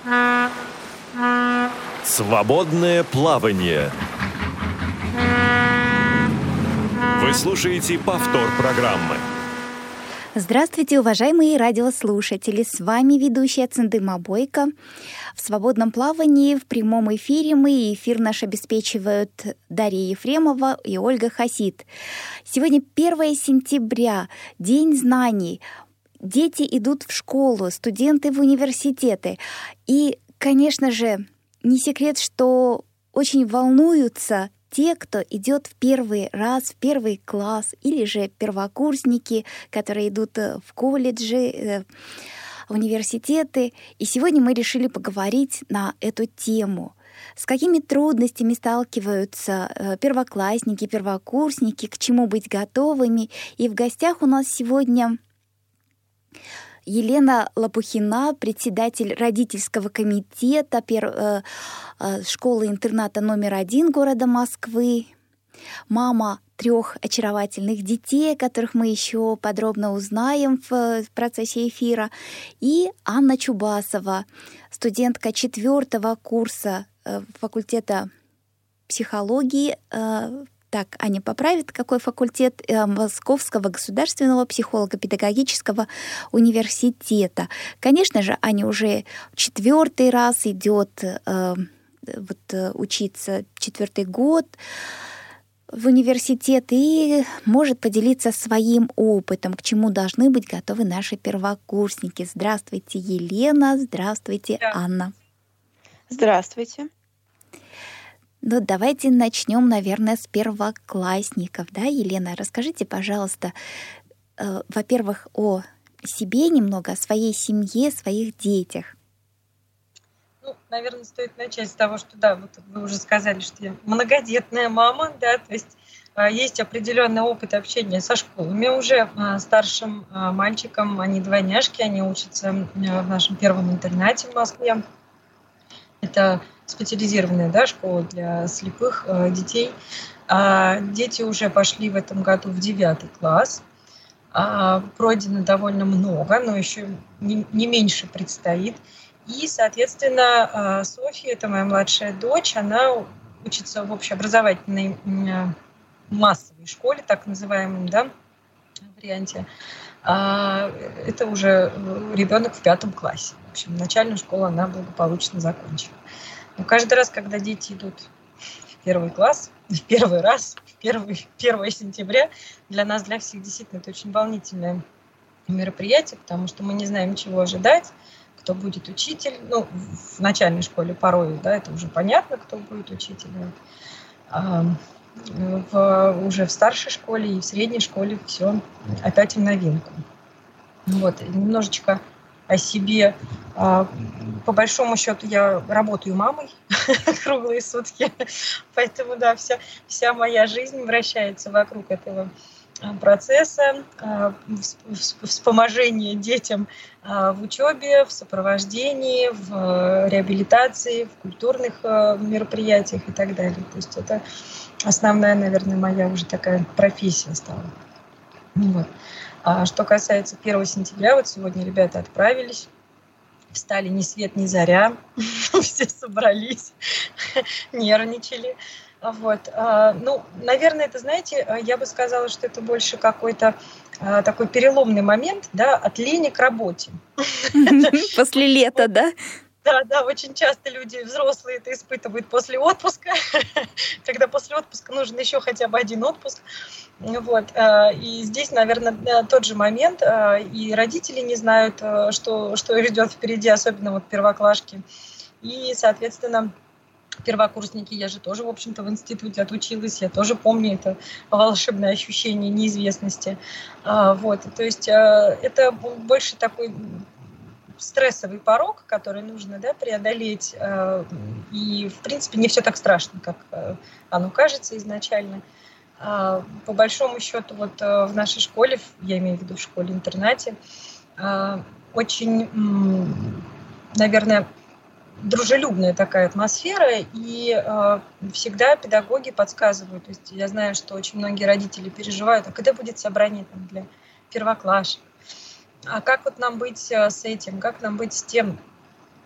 Свободное плавание. Вы слушаете повтор программы. Здравствуйте, уважаемые радиослушатели! С вами ведущая Цендыма Бойко. В свободном плавании в прямом эфире эфир наш обеспечивают Дарья Ефремова и Ольга Хасид. Сегодня 1 сентября, День знаний. Дети идут в школу, студенты в университеты. И, конечно же, не секрет, что очень волнуются те, кто идет в первый раз, в первый класс, или же первокурсники, которые идут в колледжи, в университеты. И сегодня мы решили поговорить на эту тему. С какими трудностями сталкиваются первоклассники, первокурсники, к чему быть готовыми. И в гостях у нас сегодня Елена Лопухина, председатель родительского комитета школы-интерната номер 1 города Москвы, мама 3 очаровательных детей, о которых мы еще подробно узнаем в процессе эфира, и Анна Чубасова, студентка 4 курса факультета психологии. Так, Аня поправит, какой факультет Московского государственного психолого-педагогического университета. Конечно же, Аня уже 4 раз идет учиться, 4 год в университет и может поделиться своим опытом, к чему должны быть готовы наши первокурсники. Здравствуйте, Елена, здравствуйте, Анна. Здравствуйте. Ну, давайте начнем, наверное, с первоклассников. Да, Елена, расскажите, пожалуйста, во-первых, о себе немного, о своей семье, своих детях. Ну, наверное, стоит начать с того, что, да, вот вы уже сказали, что я многодетная мама, да, то есть есть определенный опыт общения со школами уже, старшим мальчикам, они двойняшки, они учатся в нашем первом интернате в Москве. Это специализированная, да, школа для слепых детей. Дети уже пошли в этом году в 9 класс. Пройдено довольно много, но еще не меньше предстоит. И, соответственно, Софья, это моя младшая дочь, она учится в общеобразовательной массовой школе, так называемом, да, варианте. Это уже ребенок в 5 классе. В общем, начальную школу она благополучно закончила. Но каждый раз, когда дети идут в 1 класс, в первый раз, в 1 сентября, для нас, для всех, действительно, это очень волнительное мероприятие, потому что мы не знаем, чего ожидать, кто будет учитель. Ну, в начальной школе порой, да, это уже понятно, кто будет учителем. Уже в старшей школе и в средней школе все опять в новинку. Вот, немножечко о себе. По большому счету я работаю мамой круглые сутки, поэтому, да, вся моя жизнь вращается вокруг этого процесса, вспоможения детям в учебе, в сопровождении, в реабилитации, в культурных мероприятиях и так далее. То есть это основная, наверное, моя уже такая профессия стала. Вот. А что касается 1 сентября, вот сегодня ребята отправились, встали ни свет, ни заря, все собрались, нервничали. Вот. Ну, наверное, это, знаете, я бы сказала, что это больше какой-то такой переломный момент, да, от лени к работе. После лета, да? Да, очень часто люди, взрослые, это испытывают после отпуска, когда после отпуска нужен еще хотя бы 1 отпуск. Вот. И здесь, наверное, тот же момент, и родители не знают, что их ждет впереди, особенно вот первоклашки. И, соответственно, первокурсники, я же тоже, в общем-то, в институте отучилась, я тоже помню это волшебное ощущение неизвестности. Вот. То есть это больше такой стрессовый порог, который нужно, да, преодолеть. И, в принципе, не все так страшно, как оно кажется изначально. По большому счету, вот в нашей школе, я имею в виду в школе-интернате, очень, наверное, дружелюбная такая атмосфера, и всегда педагоги подсказывают. То есть я знаю, что очень многие родители переживают, а когда будет собрание там, для первоклашек? А как вот нам быть с этим, как нам быть с тем?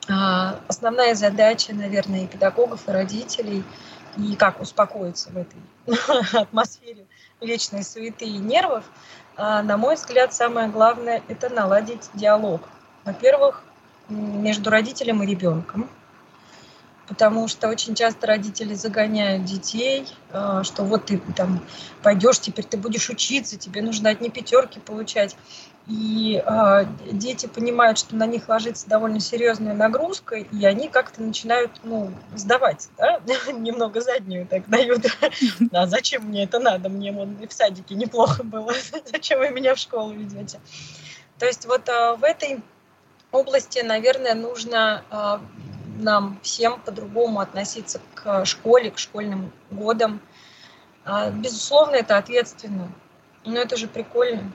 Основная задача, наверное, и педагогов, и родителей, и как успокоиться в этой атмосфере вечной суеты и нервов, на мой взгляд, самое главное – это наладить диалог. Во-первых, между родителем и ребенком, потому что очень часто родители загоняют детей, что вот ты там пойдешь, теперь ты будешь учиться, тебе нужно одни пятерки получать. И дети понимают, что на них ложится довольно серьезная нагрузка, и они как-то начинают, сдавать, да? Немного заднюю так дают. А зачем мне это надо? Мне и в садике неплохо было. Зачем вы меня в школу ведете? То есть вот в этой области, наверное, нужно нам всем по-другому относиться к школе, к школьным годам. Безусловно, это ответственно, но это же прикольно.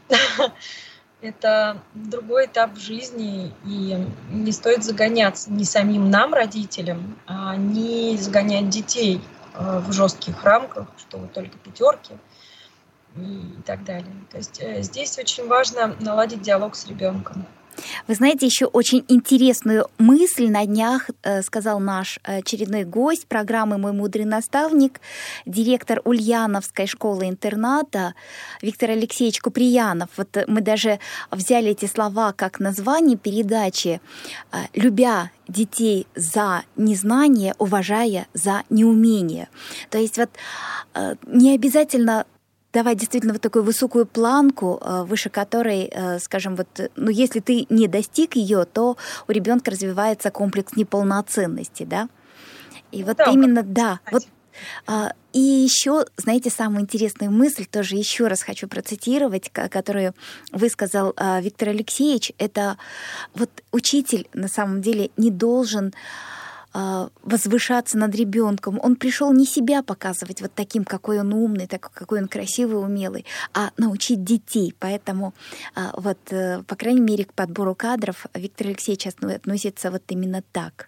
Это другой этап в жизни, и не стоит загоняться ни самим нам, родителям, ни загонять детей в жестких рамках, что вот только пятерки и так далее. То есть здесь очень важно наладить диалог с ребенком. Вы знаете, еще очень интересную мысль на днях сказал наш очередной гость программы «Мой мудрый наставник», директор Ульяновской школы-интерната Виктор Алексеевич Куприянов. Вот мы даже взяли эти слова как название передачи «Любя детей за незнание, уважая за неумение». То есть вот не обязательно давать действительно вот такую высокую планку, выше которой, скажем, если ты не достиг ее, то у ребенка развивается комплекс неполноценности, да? И вот именно, да. Вот, и еще, знаете, самую интересную мысль тоже еще раз хочу процитировать, которую высказал Виктор Алексеевич, это вот учитель на самом деле не должен возвышаться над ребенком. Он пришел не себя показывать вот таким, какой он умный, какой он красивый, умелый, а научить детей. Поэтому по крайней мере, к подбору кадров Виктор Алексеевич относится вот именно так.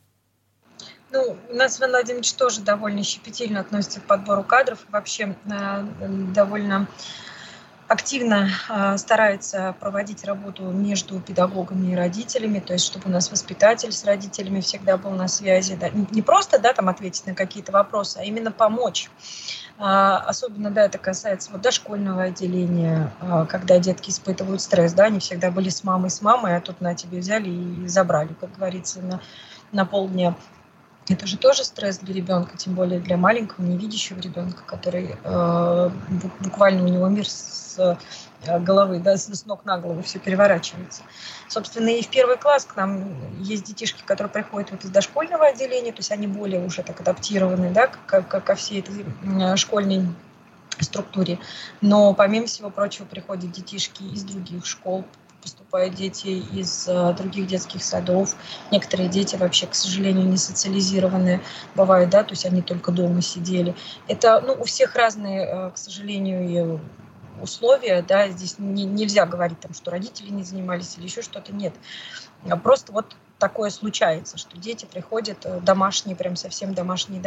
У нас Иван Владимирович тоже довольно щепетильно относится к подбору кадров. Вообще довольно активно старается проводить работу между педагогами и родителями, то есть чтобы у нас воспитатель с родителями всегда был на связи. Да. Не просто там ответить на какие-то вопросы, а именно помочь. Особенно это касается дошкольного отделения, когда детки испытывают стресс. Да, они всегда были с мамой, а тут на тебе взяли и забрали, как говорится, на полдня. Это же тоже стресс для ребенка, тем более для маленького, невидящего ребенка, который буквально у него мир с головы, с ног на голову все переворачивается. Собственно, и в первый класс к нам есть детишки, которые приходят из дошкольного отделения, то есть они более уже так адаптированы, ко всей этой школьной структуре. Но помимо всего прочего приходят детишки из других школ, поступают дети из других детских садов. Некоторые дети вообще, к сожалению, не социализированы бывают, то есть они только дома сидели. Это, у всех разные, к сожалению, условия, здесь нельзя говорить, что родители не занимались или еще что-то, нет. Просто такое случается, что дети приходят домашние, прям совсем домашние.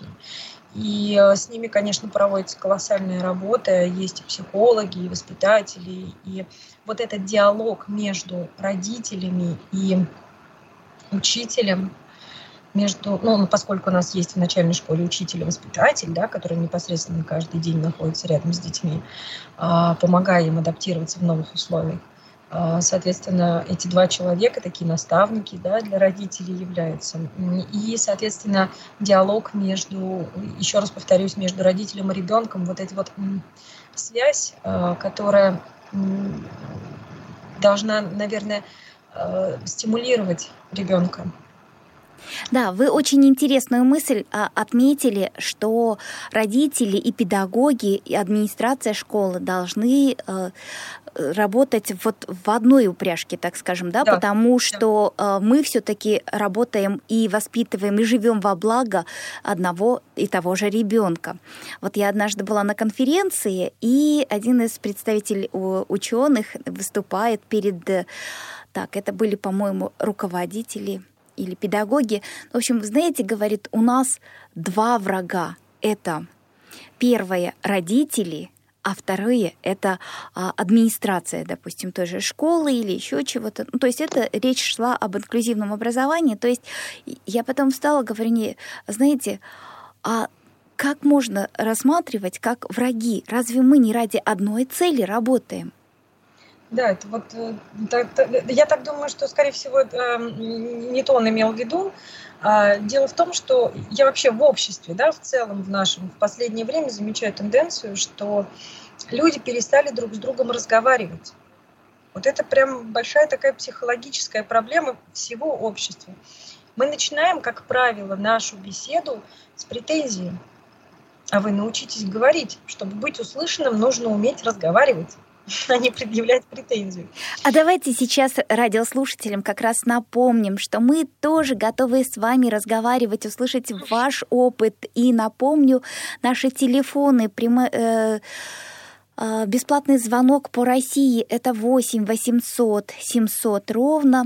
И с ними, конечно, проводится колоссальная работа, есть и психологи, и воспитатели, и вот этот диалог между родителями и учителем, поскольку у нас есть в начальной школе учитель и воспитатель, который непосредственно каждый день находится рядом с детьми, помогая им адаптироваться в новых условиях. Соответственно, эти два человека, такие наставники, для родителей являются. И, соответственно, диалог еще раз повторюсь, между родителем и ребенком, эта связь, которая должна, наверное, стимулировать ребенка. Да, вы очень интересную мысль отметили, что родители и педагоги, и администрация школы должны работать в одной упряжке, так скажем, да. Потому что мы все-таки работаем и воспитываем, и живем во благо одного и того же ребенка. Я однажды была на конференции, и один из представителей ученых выступает перед... это были, по-моему, руководители или педагоги. В общем, вы знаете, говорит, у нас два врага. Это первое — родители, а вторые — это администрация, допустим, той же школы или еще чего-то. Ну, то есть это речь шла об инклюзивном образовании. То есть я потом встала, говорю, не, знаете, а как можно рассматривать как враги? Разве мы не ради одной цели работаем? Да, это вот я так думаю, что, скорее всего, не то он имел в виду. Дело в том, что я вообще в обществе, да, в целом в нашем, в последнее время замечаю тенденцию, что люди перестали друг с другом разговаривать. Вот это прям большая такая психологическая проблема всего общества. Мы начинаем, как правило, нашу беседу с претензией. А вы научитесь говорить. Чтобы быть услышанным, нужно уметь разговаривать, а не предъявлять претензию. А давайте сейчас радиослушателям как раз напомним, что мы тоже готовы с вами разговаривать, услышать ваш опыт. И напомню, наши телефоны, бесплатный звонок по России — это 8 800 700 ровно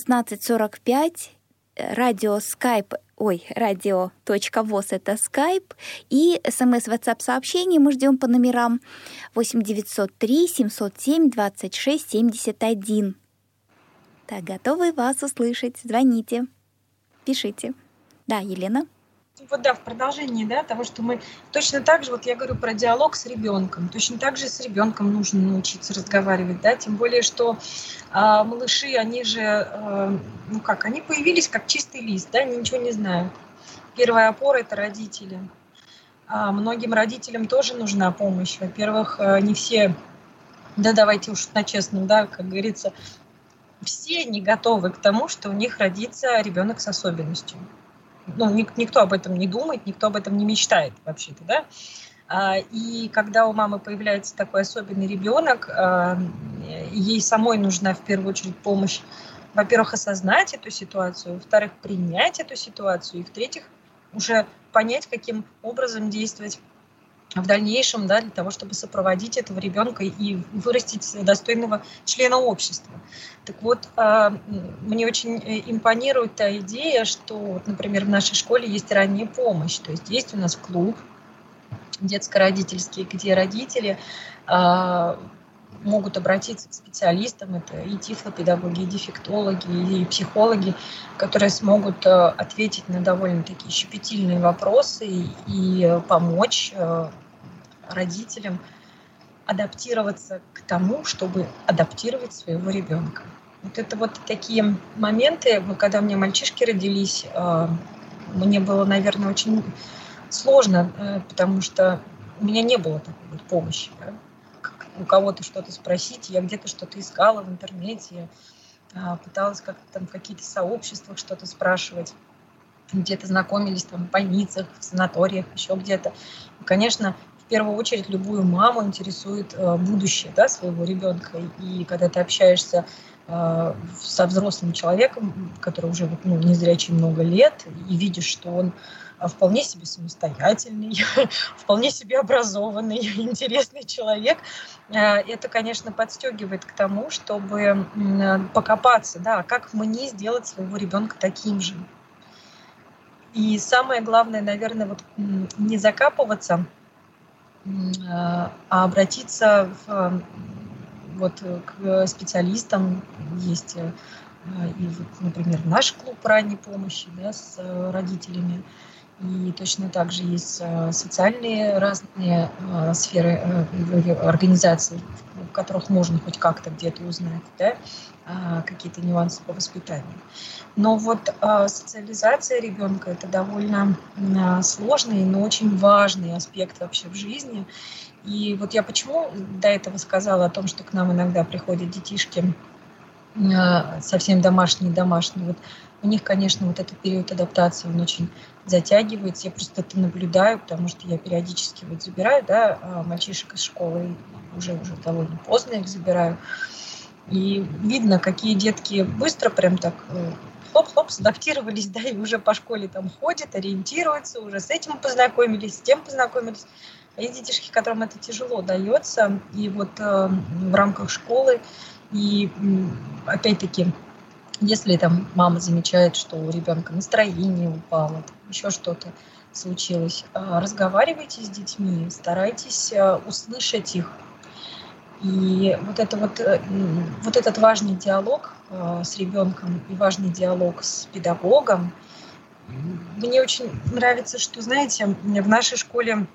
1645, радио Skype, радио.воз — это Skype, и смс, WhatsApp сообщение мы ждем по номерам 8 903 707 26 71. Так, готовы вас услышать. Звоните, пишите. Да, Елена? Вот да, в продолжении, да, того, что мы точно так же, вот я говорю про диалог с ребенком, точно так же с ребенком нужно научиться разговаривать, да, тем более, что малыши, они же, они появились как чистый лист, да, они ничего не знают. Первая опора — это родители. Многим родителям тоже нужна помощь. Во-первых, не все, да, давайте уж на честном, да, как говорится, все не готовы к тому, что у них родится ребенок с особенностью. Ну, никто об этом не думает, никто об этом не мечтает вообще-то, да. И когда у мамы появляется такой особенный ребенок, ей самой нужна в первую очередь помощь, во-первых, осознать эту ситуацию, во-вторых, принять эту ситуацию, и в-третьих, уже понять, каким образом действовать в дальнейшем, да, для того, чтобы сопроводить этого ребенка и вырастить достойного члена общества. Так вот, мне очень импонирует та идея, что, например, в нашей школе есть ранняя помощь. То есть у нас клуб детско-родительский, где родители могут обратиться к специалистам, это и тифлопедагоги, и дефектологи, и психологи, которые смогут ответить на довольно такие щепетильные вопросы и помочь родителям адаптироваться к тому, чтобы адаптировать своего ребенка. Вот это вот такие моменты, когда у меня мальчишки родились, мне было, наверное, очень сложно, потому что у меня не было такой вот помощи. Да? У кого-то что-то спросить, я где-то что-то искала в интернете, пыталась как-то там в каких-то сообществах что-то спрашивать, где-то знакомились там в больницах, в санаториях, еще где-то. И, конечно, в первую очередь любую маму интересует будущее, да, своего ребенка. И когда ты общаешься со взрослым человеком, который уже незрячий много лет, и видишь, что он вполне себе самостоятельный, вполне себе образованный, интересный человек, это, конечно, подстегивает к тому, чтобы покопаться, да, как мне сделать своего ребенка таким же. И самое главное, наверное, вот не закапываться, а обратиться к специалистам. Есть, и, например, наш клуб ранней помощи, да, с родителями. И точно так же есть социальные разные сферы организаций, в которых можно хоть как-то где-то узнать, да, какие-то нюансы по воспитанию. Но вот социализация ребенка — это довольно сложный, но очень важный аспект вообще в жизни. И вот я почему до этого сказала о том, что к нам иногда приходят детишки совсем домашние. Вот у них, конечно, вот этот период адаптации, он очень затягивается. Я просто это наблюдаю, потому что я периодически вот забираю, да, мальчишек из школы, уже довольно поздно их забираю. И видно, какие детки быстро прям так хлоп-хлоп садаптировались, да, и уже по школе там ходят, ориентируются, уже с этим познакомились, с тем познакомились. А есть детишки, которым это тяжело дается, и вот в рамках школы, и опять-таки Если там мама замечает, что у ребенка настроение упало, еще что-то случилось, разговаривайте с детьми, старайтесь услышать их. И вот этот важный диалог с ребенком и важный диалог с педагогом. Мне очень нравится, что, знаете, в нашей школе,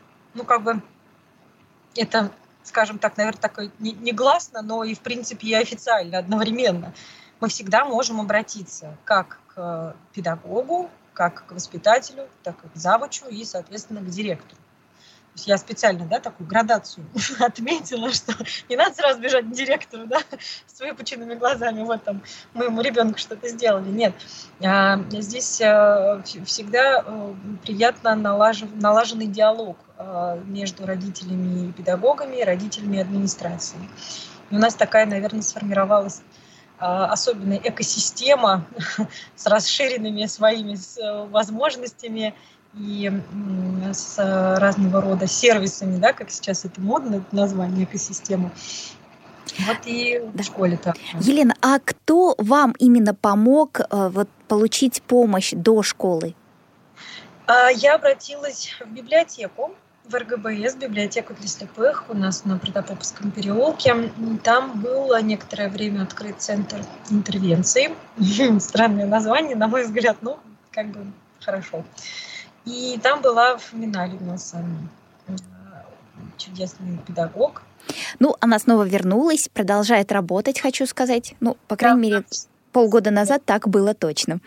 это, скажем так, наверное, такое негласно, но и, в принципе, и официально одновременно. Мы всегда можем обратиться как к педагогу, как к воспитателю, так и к завучу и, соответственно, к директору. То есть я специально, такую градацию отметила, что не надо сразу бежать к директору, с выпученными глазами, вот там моему ребенку что-то сделали. Нет, здесь всегда приятно налаженный диалог между родителями и педагогами, родителями и администрацией. И у нас такая, наверное, сформировалась особенная экосистема с расширенными своими возможностями и с разного рода сервисами, как сейчас это модно, это название экосистема. Вот и в школе так. Елена, а кто вам именно помог получить помощь до школы? Я обратилась в библиотеку, в РГБС, библиотеку для слепых, у нас на Протопоповском переулке. Там был некоторое время открыт центр интервенции. Странное название, на мой взгляд, хорошо. И там была в Минале у нас чудесный педагог. Она снова вернулась, продолжает работать, хочу сказать. По крайней мере, полгода назад так было точно.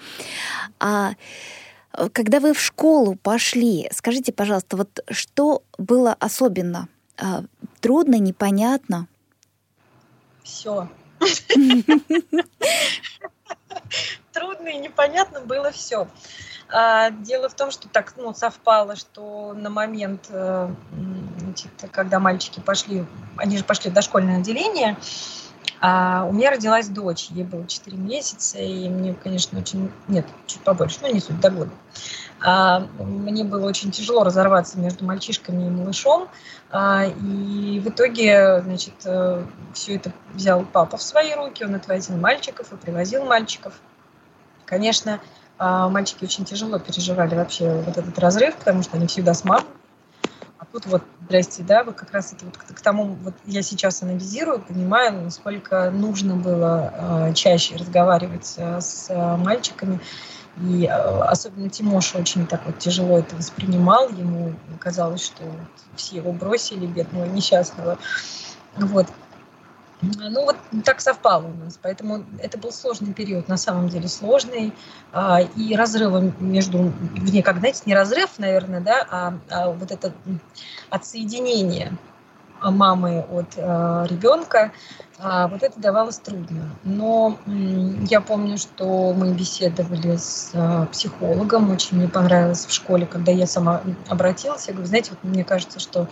Когда вы в школу пошли, скажите, пожалуйста, что было особенно? Трудно, непонятно? Все. Трудно и непонятно было все. Дело в том, что так совпало, что на момент, когда мальчики пошли, они же пошли в дошкольное отделение, у меня родилась дочь, ей было 4 месяца, и мне, конечно, чуть побольше, не суть, до года. Мне было очень тяжело разорваться между мальчишками и малышом, и в итоге, все это взял папа в свои руки, он отвозил мальчиков и привозил мальчиков. Конечно, мальчики очень тяжело переживали вообще вот этот разрыв, потому что они всегда с мамой. А тут здрасте, как раз это к тому, я сейчас анализирую, понимаю, насколько нужно было чаще разговаривать с мальчиками. И особенно Тимоша очень так тяжело это воспринимал. Ему казалось, что все его бросили, бедного, несчастного. Так совпало у нас, поэтому это был сложный период, на самом деле сложный, и разрывом не разрыв, наверное, вот это отсоединение мамы от ребенка, вот это давалось трудно. Но я помню, что мы беседовали с психологом, очень мне понравилось в школе, когда я сама обратилась, я говорю, знаете, мне кажется, что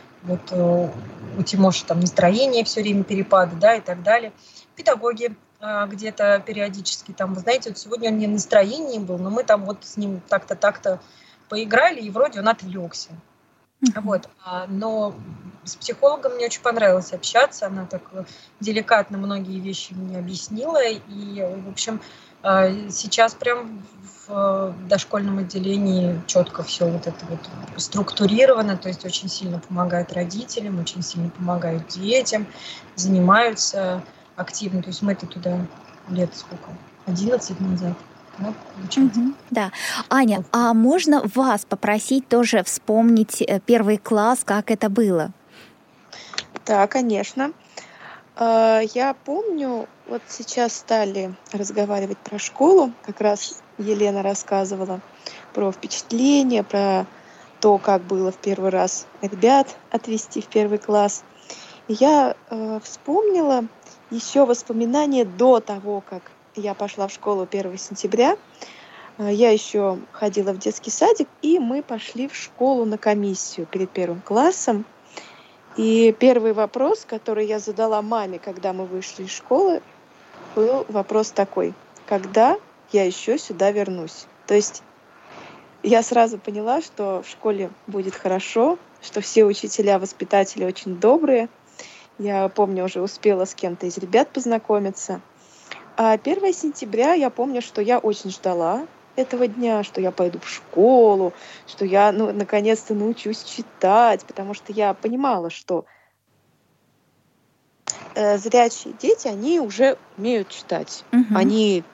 у Тимоши там настроение все время, перепады, и так далее. Педагоги где-то периодически вы знаете, сегодня он не в настроении был, но мы там с ним так-то поиграли, и вроде он отвлекся. Но с психологом мне очень понравилось общаться, она так деликатно многие вещи мне объяснила, и, в общем, сейчас прям в дошкольном отделении четко все это структурировано, то есть очень сильно помогают родителям, очень сильно помогают детям, занимаются активно. То есть мы-то туда лет 11 назад. Да. Аня, а можно вас попросить тоже вспомнить первый класс, как это было? Да, конечно. Я помню, сейчас стали разговаривать про школу, как раз Елена рассказывала про впечатления, про то, как было в первый раз ребят отвезти в первый класс. И я вспомнила еще воспоминания до того, как я пошла в школу 1 сентября. Я еще ходила в детский садик, и мы пошли в школу на комиссию перед первым классом. И первый вопрос, который я задала маме, когда мы вышли из школы, был вопрос такой: когда я еще сюда вернусь? То есть я сразу поняла, что в школе будет хорошо, что все учителя, воспитатели очень добрые. Я помню, уже успела с кем-то из ребят познакомиться. А 1 сентября я помню, что я очень ждала этого дня, что я пойду в школу, что я наконец-то научусь читать, потому что я понимала, что зрячие дети, они уже умеют читать. Мгм. Они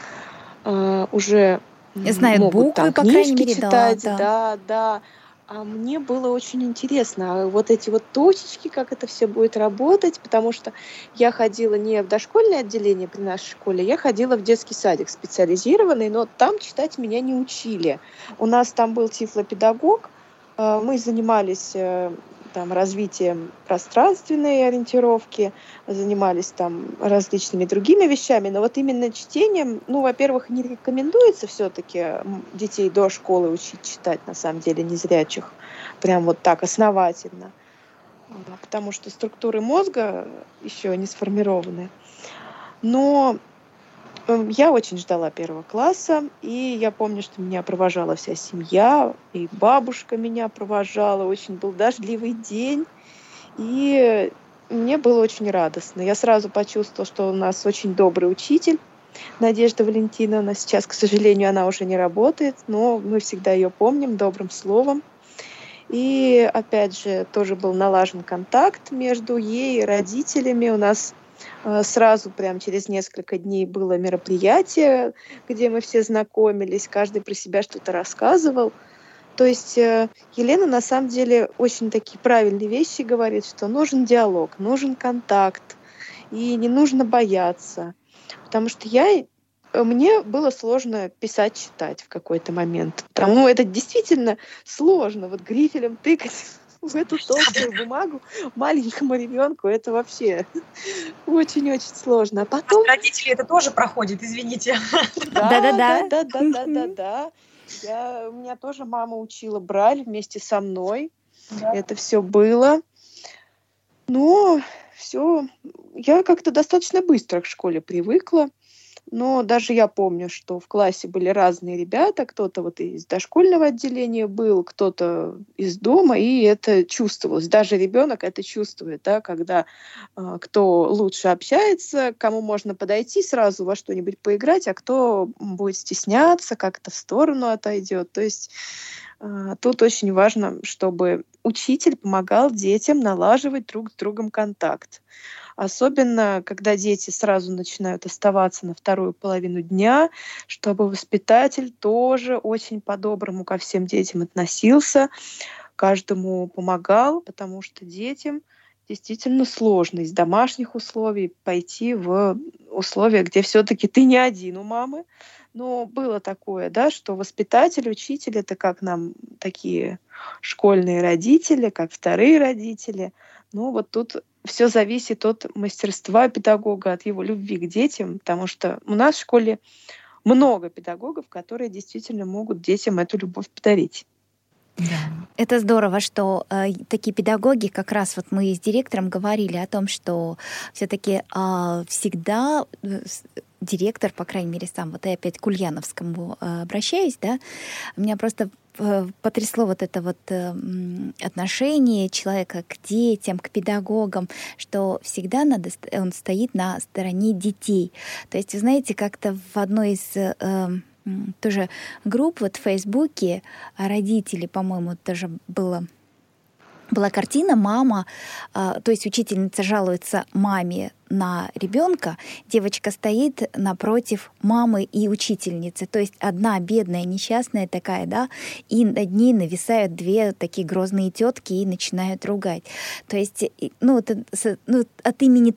уже Знают могут буквы, там по крайней книжки мере, читать, да. да. А мне было очень интересно, а вот эти вот точечки, как это все будет работать, потому что я ходила не в дошкольное отделение при нашей школе, я ходила в детский садик специализированный, но там читать меня не учили. У нас там был тифлопедагог, мы занимались там развитием пространственной ориентировки, занимались там различными другими вещами, но вот именно чтением, во-первых, не рекомендуется все-таки детей до школы учить читать, на самом деле, незрячих, прям вот так основательно, потому что структуры мозга еще не сформированы. Но я очень ждала 1 класса, и я помню, что меня провожала вся семья, и бабушка меня провожала. Очень был дождливый день, и мне было очень радостно. Я сразу почувствовала, что у нас очень добрый учитель, Надежда Валентиновна. Сейчас, к сожалению, она уже не работает, но мы всегда ее помним добрым словом. И, опять же, тоже был налажен контакт между ей и родителями. У нас сразу, прям через несколько дней, было мероприятие, где мы все знакомились, каждый про себя что-то рассказывал. То есть Елена на самом деле очень такие правильные вещи говорит, что нужен диалог, нужен контакт, и не нужно бояться. Потому что мне было сложно писать, читать в какой-то момент. Это действительно сложно. Вот грифелем тыкать в эту толстую бумагу маленькому ребенку, это вообще очень-очень сложно. А потом... Родители это тоже проходят, извините. Да-да-да. Да. Меня тоже мама учила Брайль вместе со мной. Да. Это все было. Но все, я как-то достаточно быстро к школе привыкла. Но даже я помню, что в классе были разные ребята, кто-то вот из дошкольного отделения был, кто-то из дома, и это чувствовалось. Даже ребенок это чувствует, да, когда кто лучше общается, кому можно подойти сразу во что-нибудь поиграть, а кто будет стесняться, как-то в сторону отойдет. То есть тут очень важно, чтобы учитель помогал детям налаживать друг с другом контакт. Особенно, когда дети сразу начинают оставаться на вторую половину дня, чтобы воспитатель тоже очень по-доброму ко всем детям относился, каждому помогал, потому что детям действительно сложно из домашних условий пойти в условия, где все-таки ты не один у мамы. Но было такое, да, что воспитатель, учитель — это как нам такие школьные родители, как вторые родители. Ну вот тут все зависит от мастерства педагога, от его любви к детям, потому что у нас в школе много педагогов, которые действительно могут детям эту любовь подарить. Это здорово, что такие педагоги, как раз вот мы с директором говорили о том, что все-таки всегда директор, по крайней мере, сам, вот я опять к Ульяновскому обращаюсь, да, меня просто потрясло вот это вот отношение человека к детям, к педагогам, что всегда он стоит на стороне детей. То есть, вы знаете, как-то в одной из тоже групп вот в Фейсбуке родителей, по-моему, тоже была картина, мама, то есть учительница жалуется маме на ребенка, девочка стоит напротив мамы и учительницы, то есть одна бедная, несчастная такая, да, и над ней нависают две такие грозные тетки и начинают ругать. То есть, от имени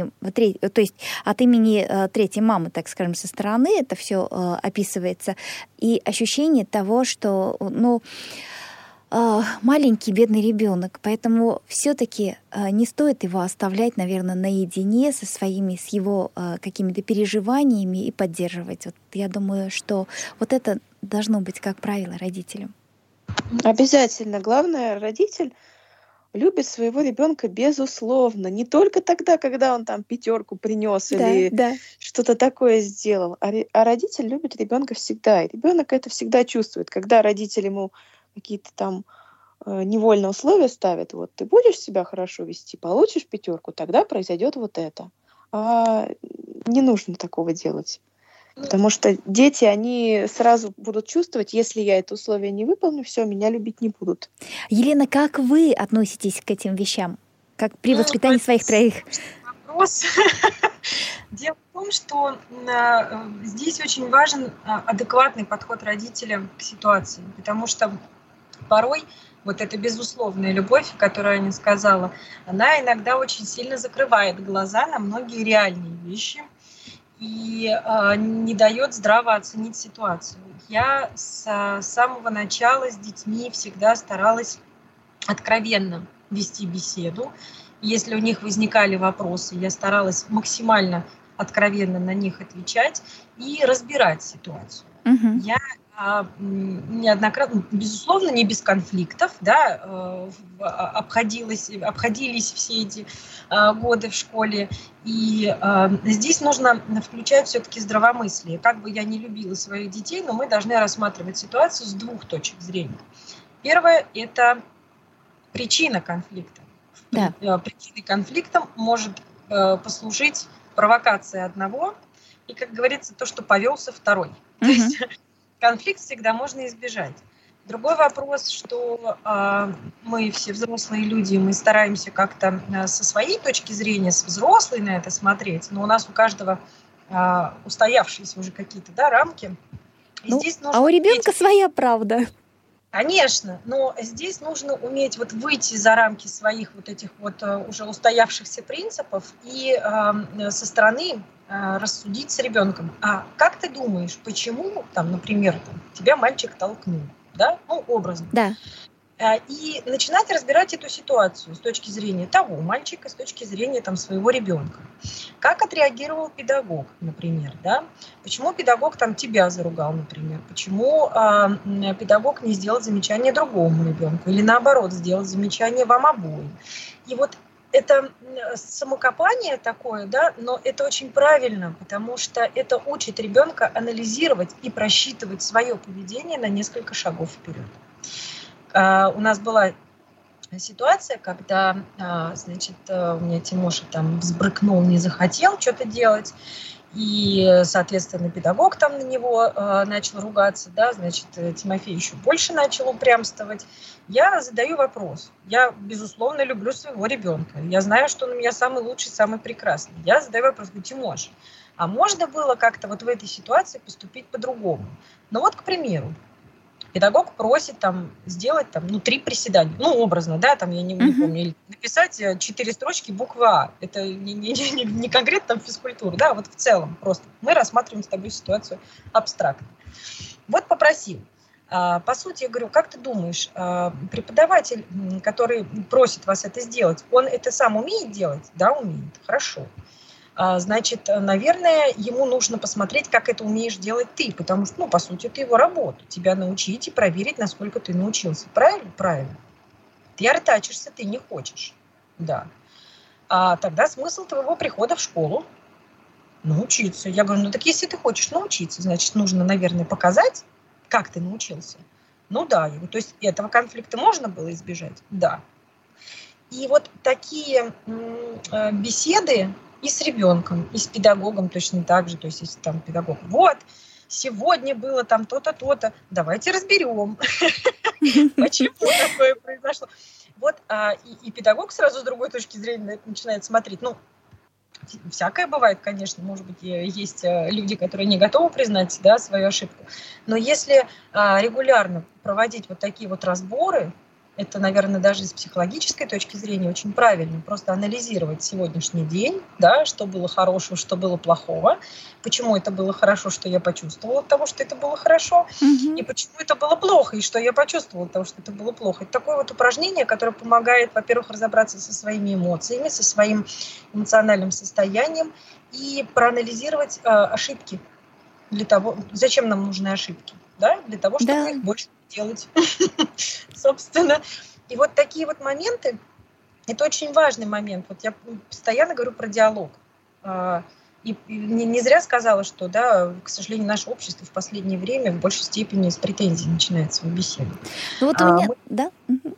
третьей мамы, так скажем, со стороны это все описывается, и ощущение того, что, маленький бедный ребенок, поэтому все-таки не стоит его оставлять, наверное, наедине с его какими-то переживаниями и поддерживать. Вот я думаю, что вот это должно быть как правило родителям. Обязательно. Главное, родитель любит своего ребенка безусловно, не только тогда, когда он там 5 принес или что-то такое сделал, а родитель любит ребенка всегда, и ребенок это всегда чувствует, когда родитель ему какие-то там невольные условия ставят. Вот ты будешь себя хорошо вести, получишь 5, тогда произойдет вот это. А не нужно такого делать. Потому что дети, они сразу будут чувствовать, если я это условие не выполню, все, меня любить не будут. Елена, как вы относитесь к этим вещам? Как при воспитании своих троих? Вопрос. Дело в том, что здесь очень важен адекватный подход родителя к ситуации, потому что порой вот эта безусловная любовь, которую Аня сказала, она иногда очень сильно закрывает глаза на многие реальные вещи и не дает здраво оценить ситуацию. Я с самого начала с детьми всегда старалась откровенно вести беседу. Если у них возникали вопросы, я старалась максимально откровенно на них отвечать и разбирать ситуацию. Я неоднократно, безусловно, не без конфликтов, да, обходились все эти годы в школе. И здесь нужно включать все-таки здравомыслие. Как бы я ни любила своих детей, но мы должны рассматривать ситуацию с двух точек зрения. Первое – это причина конфликта. Да. Причиной конфликта может послужить провокация одного и, как говорится, то, что повелся второй. То есть конфликт всегда можно избежать. Другой вопрос, что мы все взрослые люди, мы стараемся как-то со своей точки зрения, с взрослой на это смотреть, но у нас у каждого устоявшиеся уже какие-то, да, рамки. Здесь нужно у ребенка своя правда. Конечно, но здесь нужно уметь вот выйти за рамки своих вот этих вот уже устоявшихся принципов и со стороны рассудить с ребенком. А как ты думаешь, почему, там, например, тебя мальчик толкнул, да, ну, образно. Да. И начинать разбирать эту ситуацию с точки зрения того мальчика, с точки зрения там, своего ребенка. Как отреагировал педагог, например, да? Почему педагог там тебя заругал, например? Почему педагог не сделал замечание другому ребенку? Или наоборот, сделал замечание вам обоим? И вот это самокопание такое, да, но это очень правильно, потому что это учит ребенка анализировать и просчитывать свое поведение на несколько шагов вперед. У нас была ситуация, когда, значит, у меня Тимоша там взбрыкнул, не захотел что-то делать, и, соответственно, педагог там на него начал ругаться, да, значит, Тимофей еще больше начал упрямствовать. Я задаю вопрос. Я, безусловно, люблю своего ребенка. Я знаю, что он у меня самый лучший, самый прекрасный. Я задаю вопрос, говорю, Тимош, а можно было как-то вот в этой ситуации поступить по-другому? Ну вот, к примеру, педагог просит там сделать там, 3 приседания. Ну, образно, да, там, я не помню, или написать 4 строчки буквы А. Это не конкретно там физкультура, да, вот в целом просто. Мы рассматриваем с тобой ситуацию абстрактно. Вот попросил. По сути, я говорю, как ты думаешь, преподаватель, который просит вас это сделать, он это сам умеет делать? Да, умеет. Хорошо. Значит, наверное, ему нужно посмотреть, как это умеешь делать ты, потому что, по сути, это его работа. Тебя научить и проверить, насколько ты научился. Правильно? Правильно. Ты артачишься, ты не хочешь. Да. А тогда смысл твоего прихода в школу – научиться. Я говорю, так если ты хочешь научиться, значит, нужно, наверное, показать, как ты научился. Ну да. Я говорю, то есть этого конфликта можно было избежать? Да. И вот такие беседы и с ребенком, и с педагогом точно так же. То есть, если там педагог, вот, сегодня было там то-то, то-то, давайте разберем, почему такое произошло. Вот, и педагог сразу с другой точки зрения начинает смотреть. Ну, всякое бывает, конечно, может быть, есть люди, которые не готовы признать, да, свою ошибку. Но если регулярно проводить вот такие вот разборы, это, наверное, даже с психологической точки зрения очень правильно. Просто анализировать сегодняшний день, да, что было хорошего, что было плохого, почему это было хорошо, что я почувствовала от того, что это было хорошо, и почему это было плохо, и что я почувствовала от того, что это было плохо. Это такое вот упражнение, которое помогает, во-первых, разобраться со своими эмоциями, со своим эмоциональным состоянием и проанализировать ошибки. Для того, зачем нам нужны ошибки? Да? Для того, чтобы их больше делать, собственно. И вот такие вот моменты, это очень важный момент. Вот я постоянно говорю про диалог. И не зря сказала, что, да, к сожалению, наше общество в последнее время в большей степени с претензий начинает свою беседу. Ну вот у меня, да?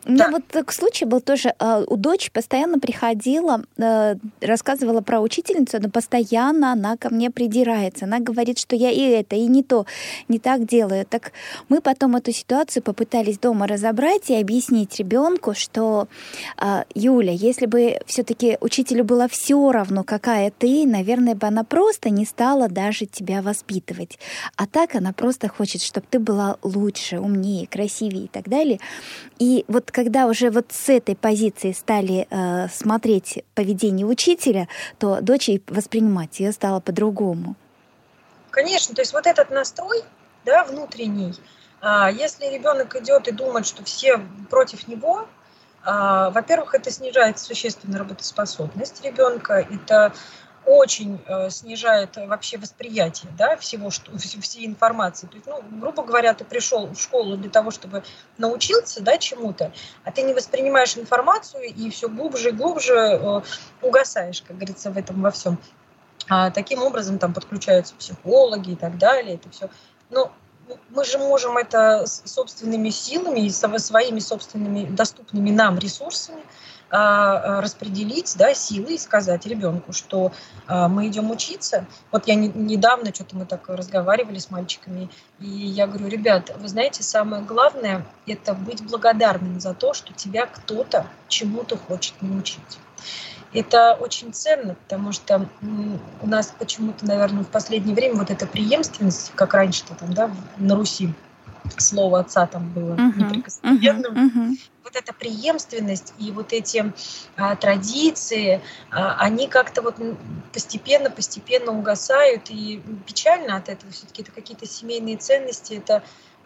Да, вот такой случай был тоже. У дочь постоянно приходила, рассказывала про учительницу, но постоянно она ко мне придирается. Она говорит, что я и это, и не то, не так делаю. Так мы потом эту ситуацию попытались дома разобрать и объяснить ребенку, что, Юля, если бы все-таки учителю было все равно, какая ты, наверное, бы она просто не стала даже тебя воспитывать. А так она просто хочет, чтобы ты была лучше, умнее, красивее и так далее. И вот когда уже вот с этой позиции стали смотреть поведение учителя, то дочь воспринимать ее стало по-другому. Конечно, то есть вот этот настрой, да, внутренний, если ребенок идет и думает, что все против него, во-первых, это снижает существенно работоспособность ребенка, это очень снижает вообще восприятие, да, всей информации. То есть, грубо говоря, ты пришел в школу для того, чтобы научиться, да, чему-то, а ты не воспринимаешь информацию и все глубже и глубже угасаешь, как говорится, в этом во всем. Таким образом там подключаются психологи и так далее. Это все. Но мы же можем это собственными силами и своими собственными доступными нам ресурсами распределить, да, силы и сказать ребенку, что мы идем учиться. Вот я недавно что-то мы так разговаривали с мальчиками, и я говорю: ребят, вы знаете, самое главное – это быть благодарным за то, что тебя кто-то чему-то хочет научить. Это очень ценно, потому что у нас почему-то, наверное, в последнее время вот эта преемственность, как раньше-то там, да, на Руси слово отца там было неприкосновенным. Вот эта преемственность и вот эти традиции, они как-то вот постепенно угасают, и печально от этого. Все-таки это какие-то семейные ценности, это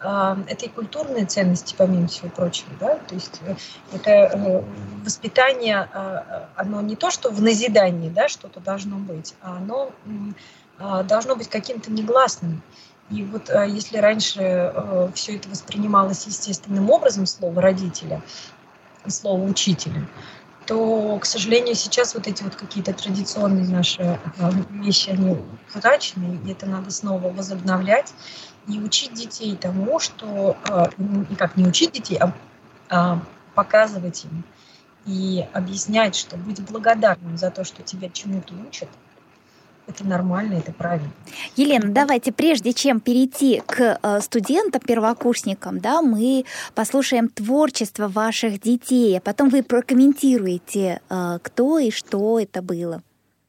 и культурные ценности, помимо всего прочего, да, то есть это воспитание, оно не то, что в назидании, да, что-то должно быть, а оно должно быть каким-то негласным. И вот если раньше все это воспринималось естественным образом, слово родителя, слово учителя, то, к сожалению, сейчас вот эти вот какие-то традиционные наши вещи, они утрачены, и это надо снова возобновлять и учить детей тому, что, и как не учить детей, а показывать им и объяснять, что быть благодарным за то, что тебя чему-то учат. Это нормально, это правильно. Елена, давайте, прежде чем перейти к студентам, первокурсникам, да, мы послушаем творчество ваших детей, а потом вы прокомментируете, кто и что это было.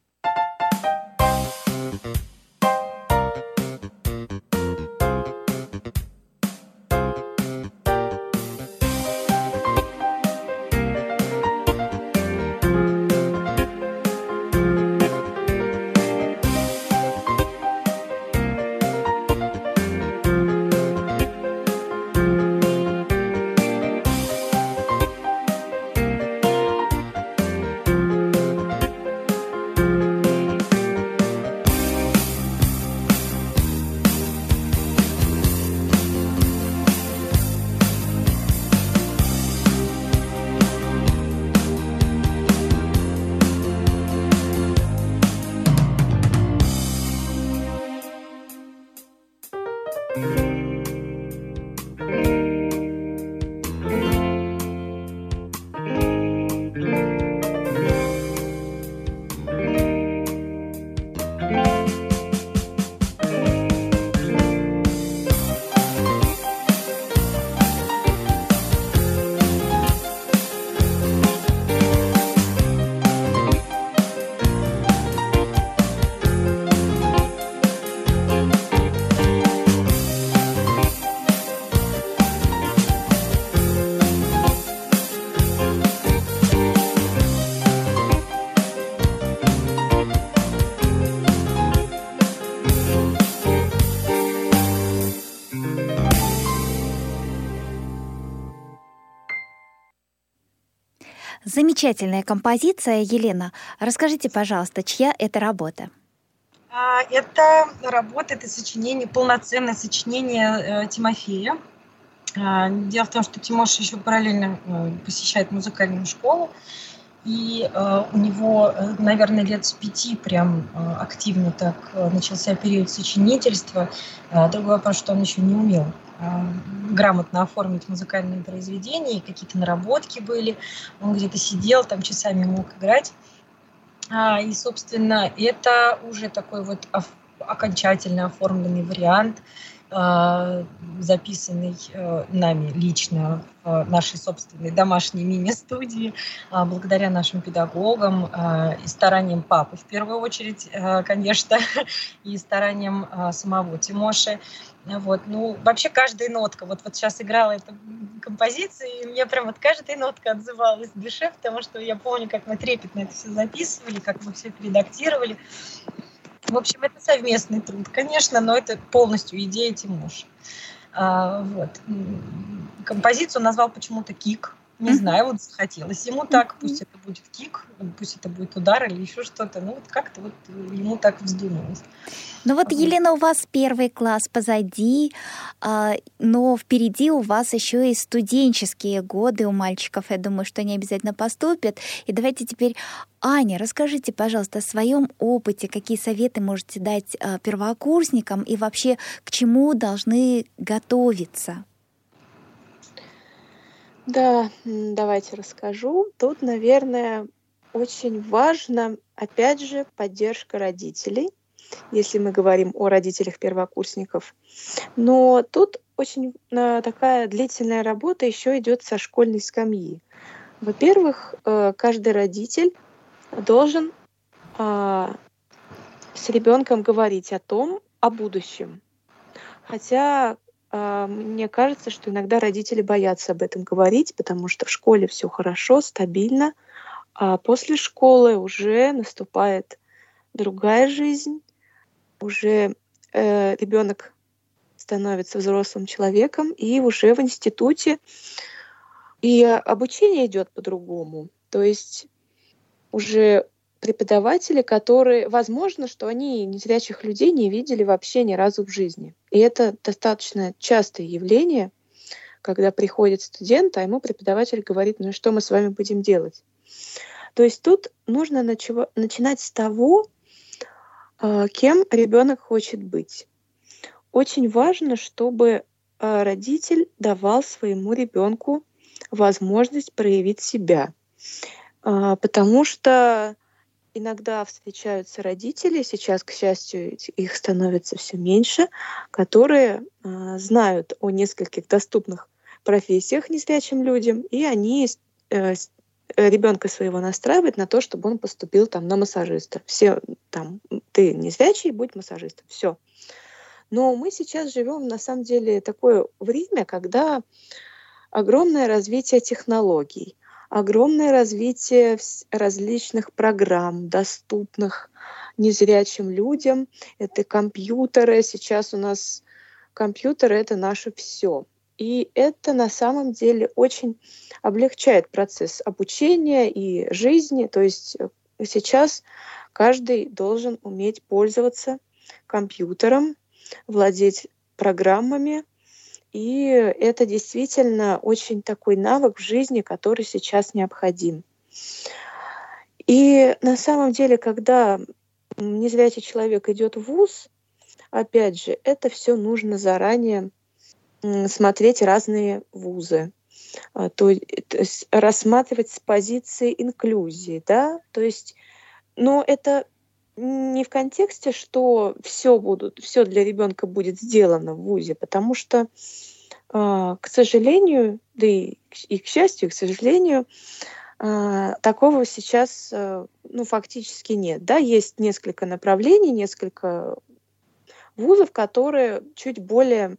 Замечательная композиция, Елена. Расскажите, пожалуйста, чья это работа? Это работа, это сочинение, полноценное сочинение Тимофея. Дело в том, что Тимоша еще параллельно посещает музыкальную школу, и у него, наверное, лет с 5 прям активно так начался период сочинительства. Другой вопрос, что он еще не умел грамотно оформить музыкальные произведения, и какие-то наработки были. Он где-то сидел, там часами мог играть. И, собственно, это уже такой вот окончательно оформленный вариант, записанный нами лично в нашей собственной домашней мини-студии, благодаря нашим педагогам и стараниям папы, в первую очередь, конечно, и стараниям самого Тимоши. Вот. Ну, вообще каждая нотка, вот сейчас играла эта композиция, и мне прям вот каждая нотка отзывалась в душе, потому что я помню, как мы трепетно это все записывали, как мы все редактировали. В общем, это совместный труд, конечно, но это полностью идея Тимоши. Вот. Композицию назвал почему-то «Кик». Не знаю, вот захотелось ему так, пусть это будет кик, пусть это будет удар или еще что-то. Ну вот как-то вот ему так вздумалось. Ну вот, Елена, у вас 1 класс позади, но впереди у вас еще и студенческие годы у мальчиков. Я думаю, что они обязательно поступят. И давайте теперь, Аня, расскажите, пожалуйста, о своем опыте, какие советы можете дать первокурсникам и вообще к чему должны готовиться? Да, давайте расскажу. Тут, наверное, очень важно, опять же, поддержка родителей, если мы говорим о родителях первокурсников. Но тут очень такая длительная работа еще идет со школьной скамьи. Во-первых, каждый родитель должен с ребенком говорить о будущем. Хотя мне кажется, что иногда родители боятся об этом говорить, потому что в школе все хорошо, стабильно, а после школы уже наступает другая жизнь, уже ребенок становится взрослым человеком, и уже в институте и обучение идет по-другому. То есть уже преподаватели, которые, возможно, что они незрячих людей не видели вообще ни разу в жизни. И это достаточно частое явление, когда приходит студент, а ему преподаватель говорит, ну и что мы с вами будем делать? То есть тут нужно начинать с того, кем ребенок хочет быть. Очень важно, чтобы родитель давал своему ребенку возможность проявить себя. Потому что иногда встречаются родители, сейчас, к счастью, их становится все меньше, которые знают о нескольких доступных профессиях незрячим людям, и они ребенка своего настраивают на то, чтобы он поступил там на массажиста. Все там, ты незрячий, будь массажистом. Все. Но мы сейчас живем, на самом деле, такое время, когда огромное развитие технологий, огромное развитие различных программ, доступных незрячим людям. Это компьютеры. Сейчас у нас компьютеры — это наше все. И это на самом деле очень облегчает процесс обучения и жизни. То есть сейчас каждый должен уметь пользоваться компьютером, владеть программами. И это действительно очень такой навык в жизни, который сейчас необходим. И на самом деле, когда незрячий человек идет в вуз, опять же, это все нужно заранее смотреть разные вузы, то есть рассматривать с позиции инклюзии, да, то есть, но это не в контексте, что все для ребенка будет сделано в вузе, потому что, к сожалению, да и к счастью, к сожалению, такого сейчас фактически нет. Да, есть несколько направлений, несколько вузов, которые чуть более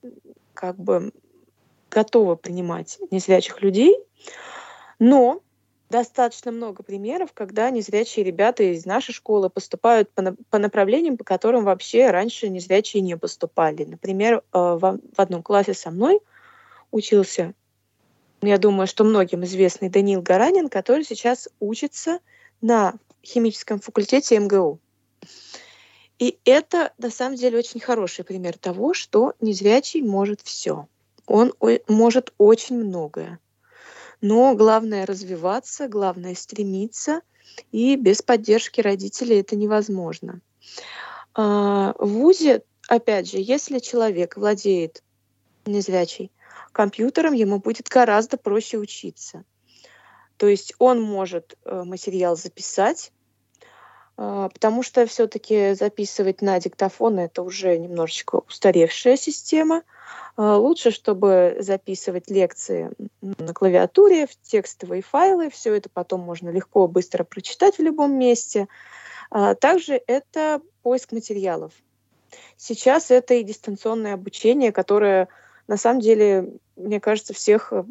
готовы принимать незрячих людей, но достаточно много примеров, когда незрячие ребята из нашей школы поступают по направлениям, по которым вообще раньше незрячие не поступали. Например, в одном классе со мной учился, я думаю, что многим известный Даниил Гаранин, который сейчас учится на химическом факультете МГУ. И это, на самом деле, очень хороший пример того, что незрячий может все. Он может очень многое. Но главное развиваться, главное стремиться, и без поддержки родителей это невозможно. В вузе, опять же, если человек владеет, незрячий, компьютером ему будет гораздо проще учиться. То есть он может материал записать, потому что все-таки записывать на диктофон — это уже немножечко устаревшая система. Лучше, чтобы записывать лекции на клавиатуре, в текстовые файлы. Все это потом можно легко, быстро прочитать в любом месте. Также это поиск материалов. Сейчас это и дистанционное обучение, которое, на самом деле, мне кажется, всем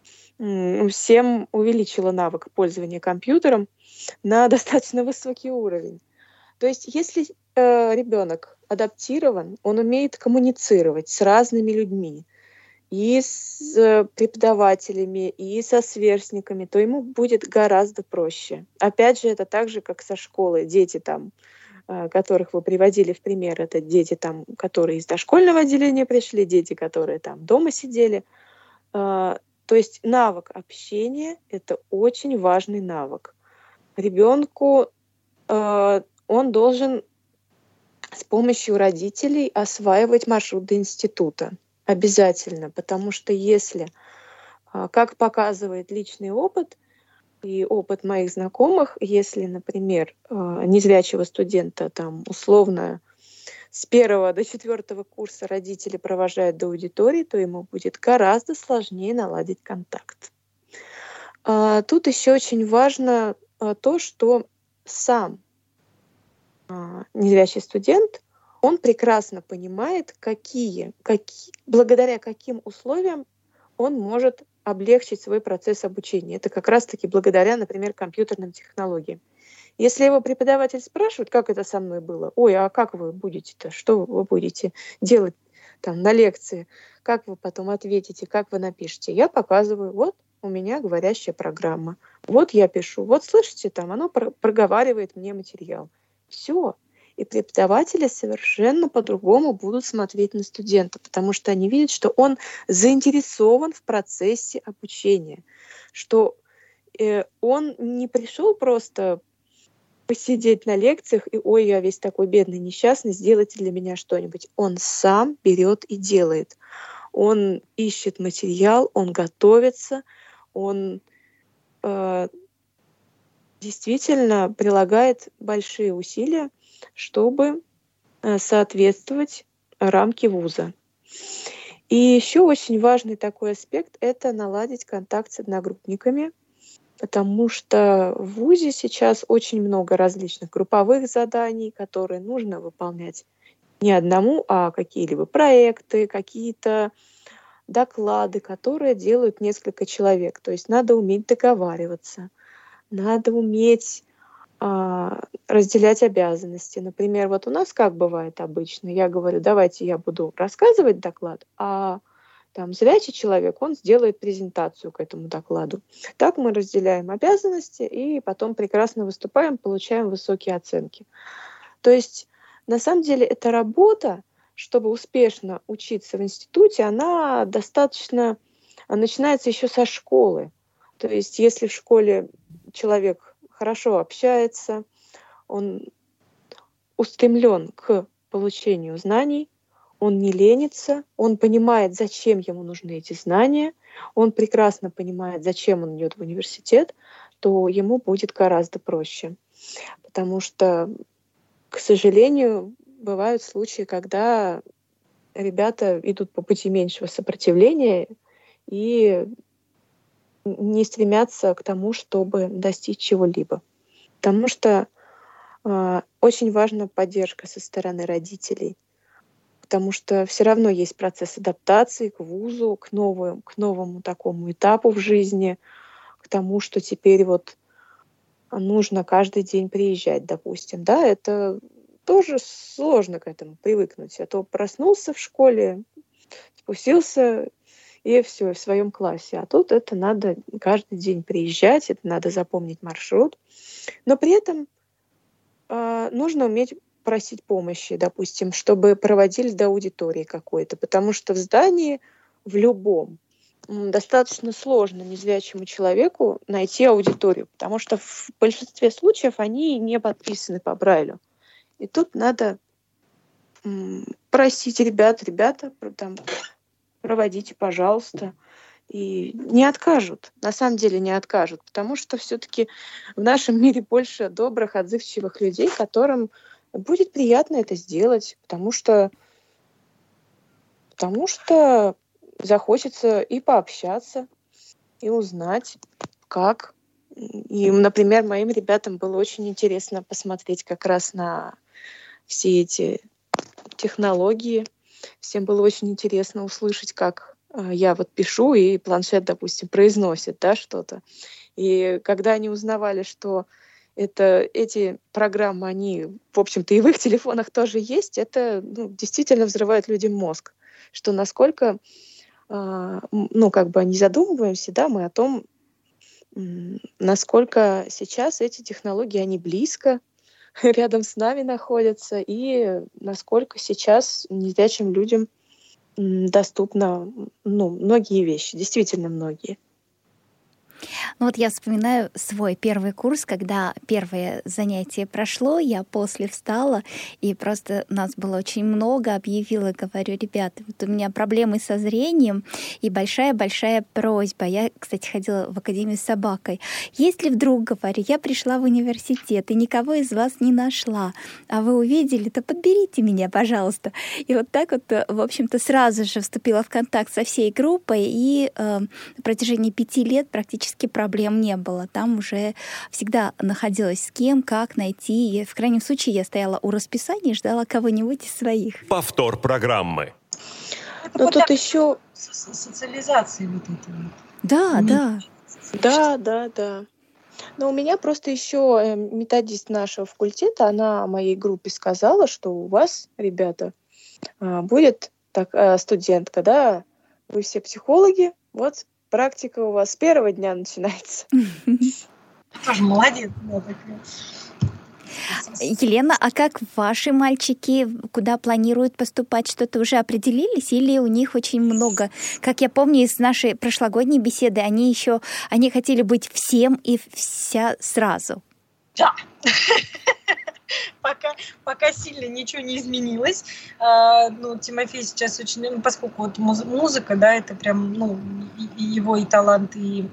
увеличило навык пользования компьютером на достаточно высокий уровень. То есть если ребенок адаптирован, он умеет коммуницировать с разными людьми, и с преподавателями, и со сверстниками, то ему будет гораздо проще. Опять же, это так же, как со школы. Дети там, которых вы приводили в пример, это дети там, которые из дошкольного отделения пришли, дети, которые там дома сидели. То есть навык общения — это очень важный навык. Ребенку он должен с помощью родителей осваивать маршрут до института. Обязательно, потому что если, как показывает личный опыт и опыт моих знакомых, если, например, незрячего студента там условно с 1 до 4 курса родители провожают до аудитории, то ему будет гораздо сложнее наладить контакт. Тут еще очень важно то, что сам незрячий студент, он прекрасно понимает, благодаря каким условиям он может облегчить свой процесс обучения. Это как раз-таки благодаря, например, компьютерным технологиям. Если его преподаватель спрашивает, как это со мной было, ой, а как вы будете-то, что вы будете делать там на лекции, как вы потом ответите, как вы напишете, я показываю, вот у меня говорящая программа, вот я пишу, вот слышите, там оно проговаривает мне материал. Все. И преподаватели совершенно по-другому будут смотреть на студента, потому что они видят, что он заинтересован в процессе обучения, что он не пришел просто посидеть на лекциях и «Ой, я весь такой бедный, несчастный, сделайте для меня что-нибудь». Он сам берет и делает. Он ищет материал, он готовится, он действительно прилагает большие усилия, чтобы соответствовать рамке вуза. И еще очень важный такой аспект — это наладить контакт с одногруппниками, потому что в вузе сейчас очень много различных групповых заданий, которые нужно выполнять не одному, а какие-либо проекты, какие-то доклады, которые делают несколько человек. То есть надо уметь договариваться, надо уметь разделять обязанности. Например, вот у нас как бывает обычно, я говорю, давайте я буду рассказывать доклад, а там зрячий человек, он сделает презентацию к этому докладу. Так мы разделяем обязанности и потом прекрасно выступаем, получаем высокие оценки. То есть, на самом деле, эта работа, чтобы успешно учиться в институте, она достаточно начинается еще со школы. То есть, если в школе человек хорошо общается, он устремлен к получению знаний, он не ленится, он понимает, зачем ему нужны эти знания, он прекрасно понимает, зачем он идет в университет, то ему будет гораздо проще. Потому что, к сожалению, бывают случаи, когда ребята идут по пути меньшего сопротивления и не стремятся к тому, чтобы достичь чего-либо. Потому что очень важна поддержка со стороны родителей. Потому что все равно есть процесс адаптации к вузу, к новому такому этапу в жизни, к тому, что теперь вот нужно каждый день приезжать, допустим. Да, это тоже сложно к этому привыкнуть. А то проснулся в школе, спустился и все, в своем классе. А тут это надо каждый день приезжать, это надо запомнить маршрут. Но при этом нужно уметь просить помощи, допустим, чтобы проводили до аудитории какой-то, потому что в здании в любом достаточно сложно незрячему человеку найти аудиторию, потому что в большинстве случаев они не подписаны по Брайлю. И тут надо просить ребята, там, проводите, пожалуйста. И не откажут, на самом деле не откажут, потому что все-таки в нашем мире больше добрых, отзывчивых людей, которым будет приятно это сделать, потому что захочется и пообщаться, и узнать, как. И, например, моим ребятам было очень интересно посмотреть как раз на все эти технологии. Всем было очень интересно услышать, как я вот пишу, и планшет, допустим, произносит, да, что-то. И когда они узнавали, что эти программы, они, в общем-то, и в их телефонах тоже есть, это действительно взрывает людям мозг. Что насколько, не задумываемся, да, мы о том, насколько сейчас эти технологии, они близко, рядом с нами находятся, и насколько сейчас незрячим людям доступно многие вещи, действительно многие. Ну вот я вспоминаю свой первый курс, когда первое занятие прошло, я после встала, и просто нас было очень много, объявила, говорю, ребята, вот у меня проблемы со зрением, и большая-большая просьба. Я, кстати, ходила в академию с собакой. Если вдруг, говорю, я пришла в университет и никого из вас не нашла, а вы увидели, то подберите меня, пожалуйста. И вот так вот, в общем-то, сразу же вступила в контакт со всей группой, и на протяжении 5 лет практически проблем не было. Там уже всегда находилась с кем, как найти. И в крайнем случае я стояла у расписания и ждала кого-нибудь из своих. Повтор программы. Но тут еще социализации вот этой. Да. Да. Но у меня просто еще методист нашего факультета, она о моей группе сказала, что у вас, ребята, будет студентка, да, вы все психологи, вот практика у вас с первого дня начинается. Тоже молодец. Елена, а как ваши мальчики, куда планируют поступать, что-то уже определились или у них очень много? Как я помню из нашей прошлогодней беседы, они хотели быть всем и вся сразу. Да. Пока сильно ничего не изменилось. Тимофей сейчас очень, поскольку вот музыка, да, это прям, его и талант, и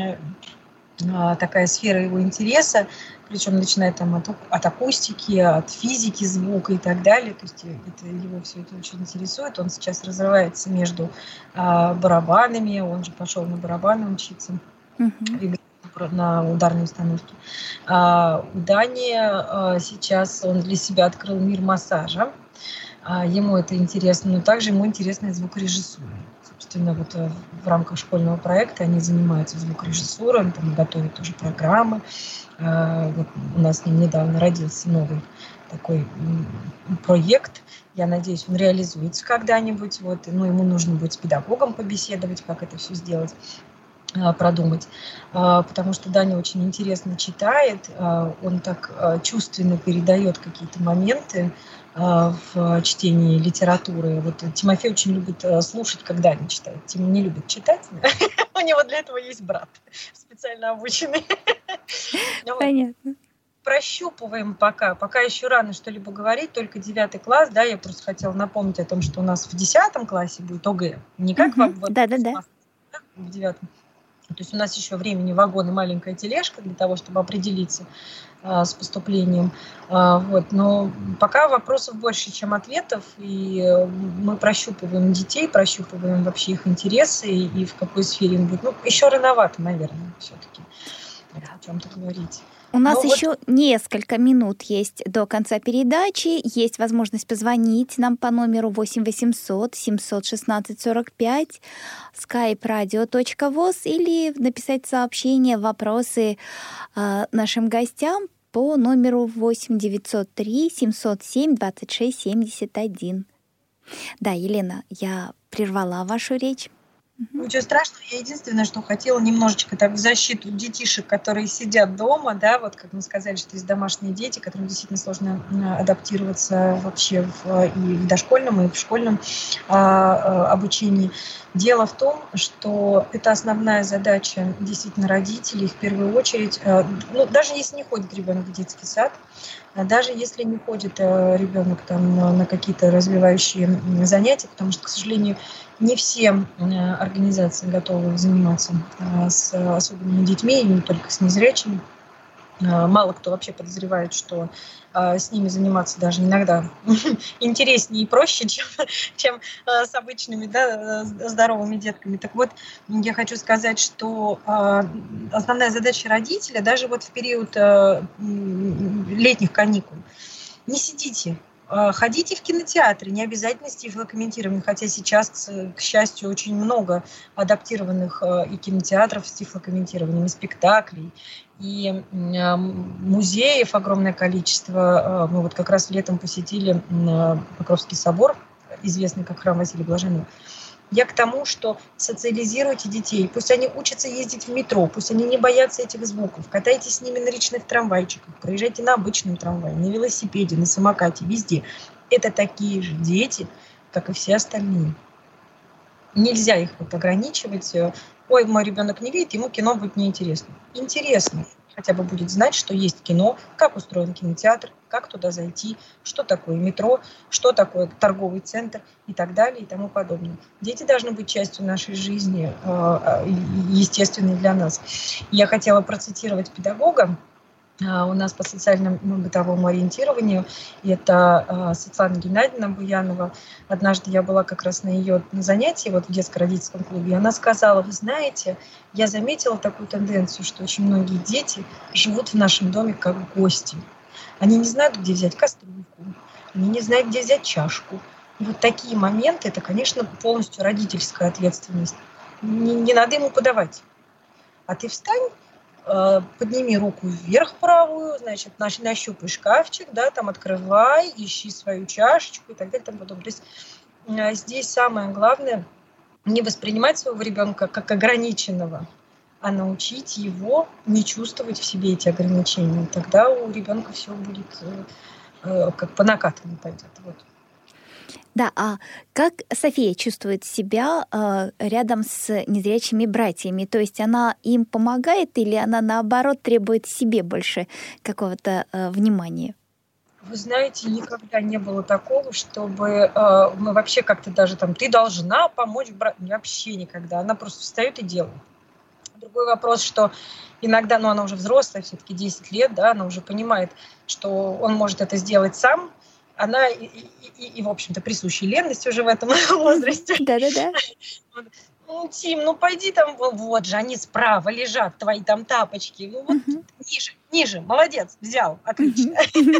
такая сфера его интереса, причем начиная там от акустики, от физики, звука и так далее. То есть его все это очень интересует. Он сейчас разрывается между барабанами, он же пошел на барабаны учиться. На ударной установке. У Дани сейчас он для себя открыл мир массажа. Ему это интересно, но также ему интересна звукорежиссура. Собственно, вот в рамках школьного проекта они занимаются звукорежиссурой, он там готовит тоже программы. Вот у нас с ним недавно родился новый такой проект. Я надеюсь, он реализуется когда-нибудь. Ему нужно будет с педагогом побеседовать, как это все сделать, продумать, потому что Даня очень интересно читает, он так чувственно передает какие-то моменты в чтении литературы. Вот Тимофей очень любит слушать, когда Даня читает. Тима не любит читать, у него для этого есть брат, специально обученный. Понятно. Прощупываем пока еще рано что-либо говорить, только 9 класс, да, я просто хотела напомнить о том, что у нас в 10 классе будет ОГЭ, не как в 9. То есть у нас еще времени вагон и маленькая тележка для того, чтобы определиться с поступлением. Но пока вопросов больше, чем ответов, и мы прощупываем детей, прощупываем вообще их интересы и в какой сфере им будет. Еще рановато, наверное, все-таки о чем-то говорить. У нас еще несколько минут есть до конца передачи. Есть возможность позвонить нам по номеру 8 800 716 45, skype-radio.voz или написать сообщение, вопросы нашим гостям по номеру 8 903 707 26 71. Да, Елена, я прервала вашу речь. Ничего страшного. Я единственное, что хотела немножечко так в защиту детишек, которые сидят дома, да, вот как мы сказали, что есть домашние дети, которым действительно сложно адаптироваться вообще и в дошкольном, и в школьном обучении. Дело в том, что это основная задача действительно родителей, в первую очередь, даже если не ходит ребенок в детский сад, даже если не ходит ребенок там на какие-то развивающие занятия, потому что, к сожалению, не все организации готовы заниматься с особенными детьми, и не только с незрячими. Мало кто вообще подозревает, что с ними заниматься даже иногда интереснее и проще, чем с обычными, да, здоровыми детками. Так вот, я хочу сказать, что основная задача родителя, даже вот в период летних каникул, не сидите. Ходите в кинотеатры, не обязательно с тифлокомментированием, хотя сейчас, к счастью, очень много адаптированных и кинотеатров с тифлокомментированием, и спектаклей, и музеев огромное количество. Мы вот как раз летом посетили Покровский собор, известный как храм Василия Блаженного. Я к тому, что социализируйте детей, пусть они учатся ездить в метро, пусть они не боятся этих звуков, катайтесь с ними на речных трамвайчиках, проезжайте на обычном трамвае, на велосипеде, на самокате, везде. Это такие же дети, как и все остальные. Нельзя их вот ограничивать. Ой, мой ребенок не видит, ему кино будет неинтересно. Интересно. Хотя бы будет знать, что есть кино, как устроен кинотеатр, как туда зайти, что такое метро, что такое торговый центр и так далее и тому подобное. Дети должны быть частью нашей жизни, естественной для нас. Я хотела процитировать педагога у нас по социальному бытовому ориентированию. Это Светлана Геннадьевна Буянова. Однажды я была как раз на ее занятии вот в детско-родительском клубе, и она сказала: вы знаете, я заметила такую тенденцию, что очень многие дети живут в нашем доме как гости. Они не знают, где взять кастрюльку, они не знают, где взять чашку. И вот такие моменты, это, конечно, полностью родительская ответственность. Не надо ему подавать. А ты встань, подними руку вверх правую, значит, нащупай шкафчик, да, там открывай, ищи свою чашечку и так далее и тому подобное. То есть здесь самое главное не воспринимать своего ребенка как ограниченного, а научить его не чувствовать в себе эти ограничения. Тогда у ребенка все будет как по накатанной пойдет. Вот. Да, а как София чувствует себя рядом с незрячими братьями? То есть она им помогает или она, наоборот, требует себе больше какого-то внимания? Вы знаете, никогда не было такого, чтобы мы вообще как-то даже там, ты должна помочь брату. Вообще никогда. Она просто встает и делает. Другой вопрос, что иногда, она уже взрослая, все-таки 10 лет, да, она уже понимает, что он может это сделать сам. Она и в общем-то, присущая ленность уже в этом возрасте. Да-да-да. Тим, пойди там, вот же, они справа лежат, твои там тапочки. Ниже, молодец, взял, отлично.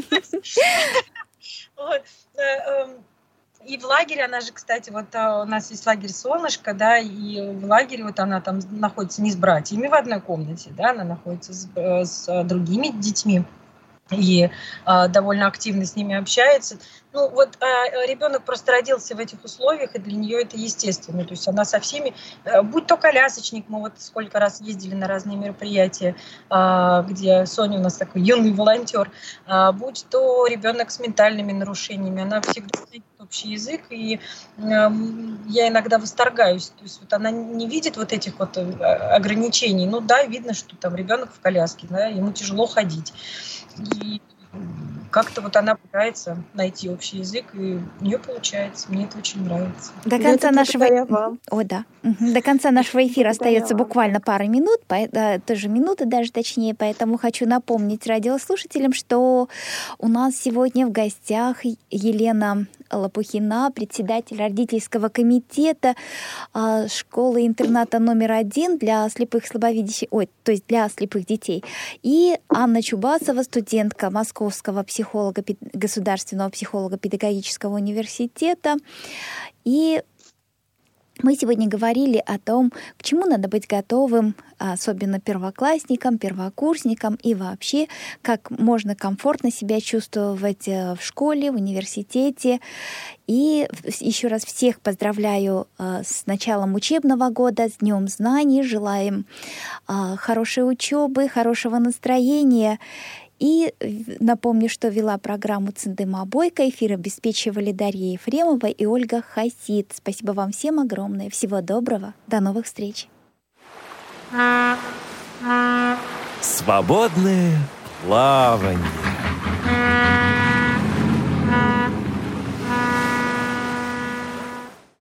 И в лагере, она же, кстати, вот у нас есть лагерь «Солнышко», да, и в лагере вот она там находится не с братьями в одной комнате, да, она находится с другими детьми. И довольно активно с ними общается. Ребенок просто родился в этих условиях, и для нее это естественно. То есть она со всеми, будь то колясочник, мы вот сколько раз ездили на разные мероприятия, где Соня у нас такой юный волонтер, будь то ребенок с ментальными нарушениями, она всегда найдет общий язык, и я иногда восторгаюсь. То есть вот она не видит вот этих вот ограничений. Видно, что там ребенок в коляске, да, ему тяжело ходить. И как-то вот она пытается найти общий язык, и у нее получается. Мне это очень нравится. До конца нашего До конца нашего эфира остается буквально пара минут, тоже минуты даже точнее, поэтому хочу напомнить радиослушателям, что у нас сегодня в гостях Елена Лопухина, председатель родительского комитета школы-интерната номер 1 для слепых слабовидящих, то есть для слепых детей, и Анна Чубасова, студентка Московского государственного психолого-педагогического университета. И Мы сегодня говорили о том, к чему надо быть готовым, особенно первоклассникам, первокурсникам, и вообще, как можно комфортно себя чувствовать в школе, в университете. И еще раз всех поздравляю с началом учебного года, с Днем знаний, желаем хорошей учебы, хорошего настроения. И напомню, что вела программу Цындыма Бойко. Эфир обеспечивали Дарья Ефремова и Ольга Хасид. Спасибо вам всем огромное. Всего доброго. До новых встреч. Свободное плавание.